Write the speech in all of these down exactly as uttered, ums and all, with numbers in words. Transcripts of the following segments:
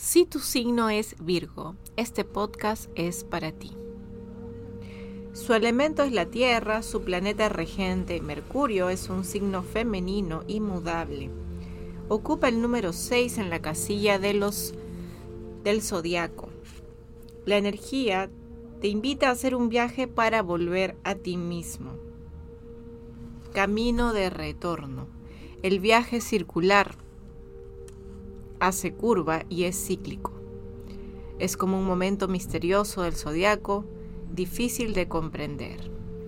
Si tu signo es Virgo, este podcast es para ti. Su elemento es la tierra, su planeta regente, Mercurio, es un signo femenino y mudable. Ocupa el número seis en la casilla de los, del zodiaco. La energía te invita a hacer un viaje para volver a ti mismo. Camino de retorno. El viaje es circular. Hace curva y es cíclico. Es como un momento misterioso del zodiaco, difícil de comprender.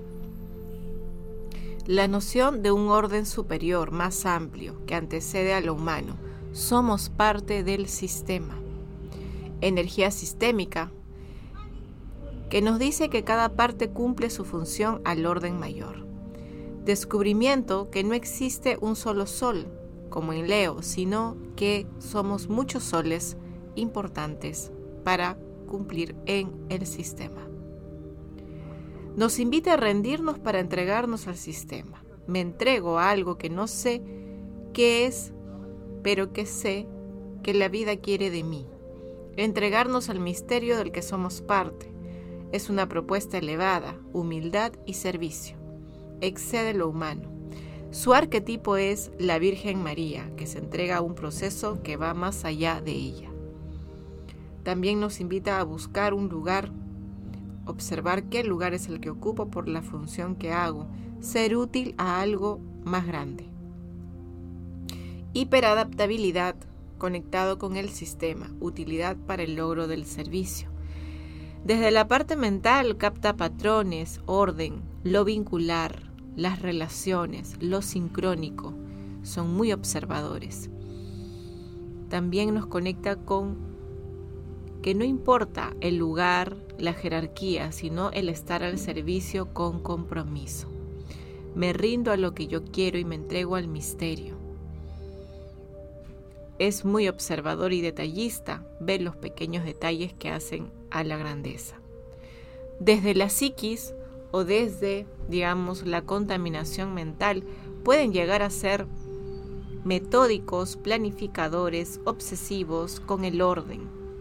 La noción de un orden superior más amplio que antecede a lo humano. Somos parte del sistema. Energía sistémica que nos dice que cada parte cumple su función al orden mayor. Descubrimiento que no existe un solo sol, como en Leo, sino que somos muchos soles importantes para cumplir en el sistema. Nos invita a rendirnos para entregarnos al sistema. Me entrego a algo que no sé qué es, pero que sé que la vida quiere de mí. Entregarnos al misterio del que somos parte. Es una propuesta elevada, humildad y servicio. Excede lo humano. Su arquetipo es la Virgen María, que se entrega a un proceso que va más allá de ella. También nos invita a buscar un lugar, observar qué lugar es el que ocupo por la función que hago, ser útil a algo más grande. Hiperadaptabilidad, conectado con el sistema, utilidad para el logro del servicio. Desde la parte mental capta patrones, orden, lo vincular, las relaciones, lo sincrónico, son muy observadores. También nos conecta con que no importa el lugar, la jerarquía, sino el estar al servicio con compromiso. Me rindo a lo que yo quiero y me entrego al misterio. Es muy observador y detallista, ve los pequeños detalles que hacen a la grandeza. Desde la psiquis, o desde, digamos, la contaminación mental, pueden llegar a ser metódicos, planificadores, obsesivos con el orden.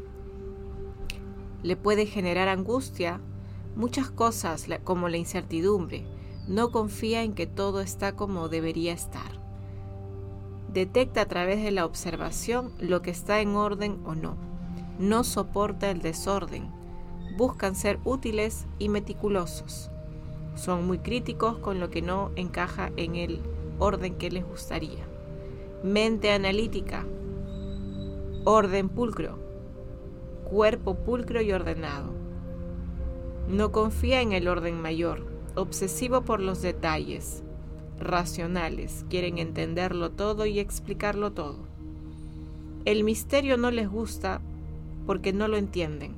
Le puede generar angustia, muchas cosas como la incertidumbre. No confía en que todo está como debería estar. Detecta a través de la observación lo que está en orden o no. No soporta el desorden. Buscan ser útiles y meticulosos. Son muy críticos con lo que no encaja en el orden que les gustaría. Mente analítica, orden pulcro, cuerpo pulcro y ordenado. No confía en el orden mayor, obsesivo por los detalles, racionales, quieren entenderlo todo y explicarlo todo. El misterio no les gusta porque no lo entienden.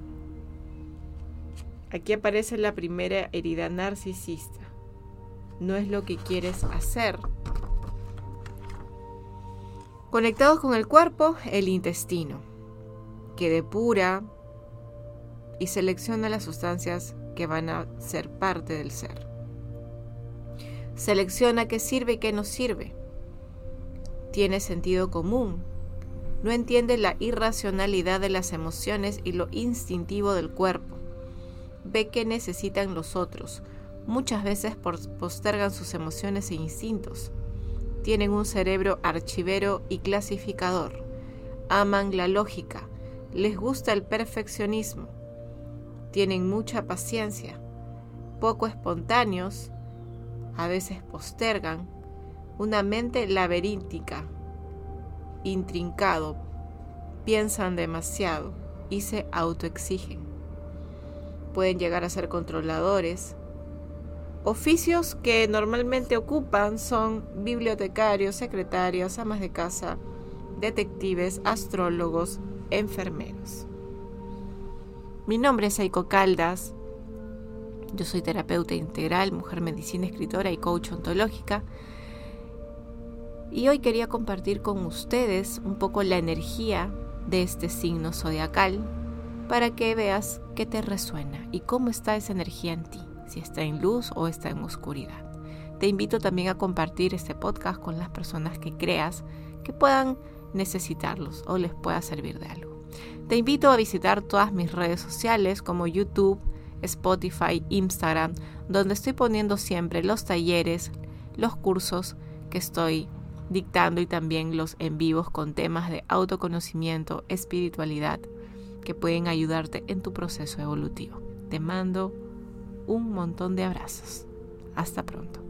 Aquí aparece la primera herida narcisista. No es lo que quieres hacer. Conectados con el cuerpo, el intestino, que depura y selecciona las sustancias que van a ser parte del ser. Selecciona qué sirve y qué no sirve. Tiene sentido común. No entiende la irracionalidad de las emociones y lo instintivo del cuerpo. Ve qué necesitan los otros. Muchas veces postergan sus emociones e instintos. Tienen un cerebro archivero y clasificador. Aman la lógica. Les gusta el perfeccionismo. Tienen mucha paciencia. Poco espontáneos. A veces postergan. Una mente laberíntica. Intrincado. Piensan demasiado y se autoexigen. Pueden llegar a ser controladores. Oficios que normalmente ocupan son bibliotecarios, secretarios, amas de casa, detectives, astrólogos, enfermeros. Mi nombre es Aiko Caldas. Yo soy terapeuta integral, mujer medicina, escritora y coach ontológica. Y hoy quería compartir con ustedes un poco la energía de este signo zodiacal, para que veas qué te resuena y cómo está esa energía en ti, si está en luz o está en oscuridad. Te invito también a compartir este podcast con las personas que creas que puedan necesitarlos o les pueda servir de algo. Te invito a visitar todas mis redes sociales como YouTube, Spotify, Instagram, donde estoy poniendo siempre los talleres, los cursos que estoy dictando y también los en vivos con temas de autoconocimiento, espiritualidad, que pueden ayudarte en tu proceso evolutivo. Te mando un montón de abrazos. Hasta pronto.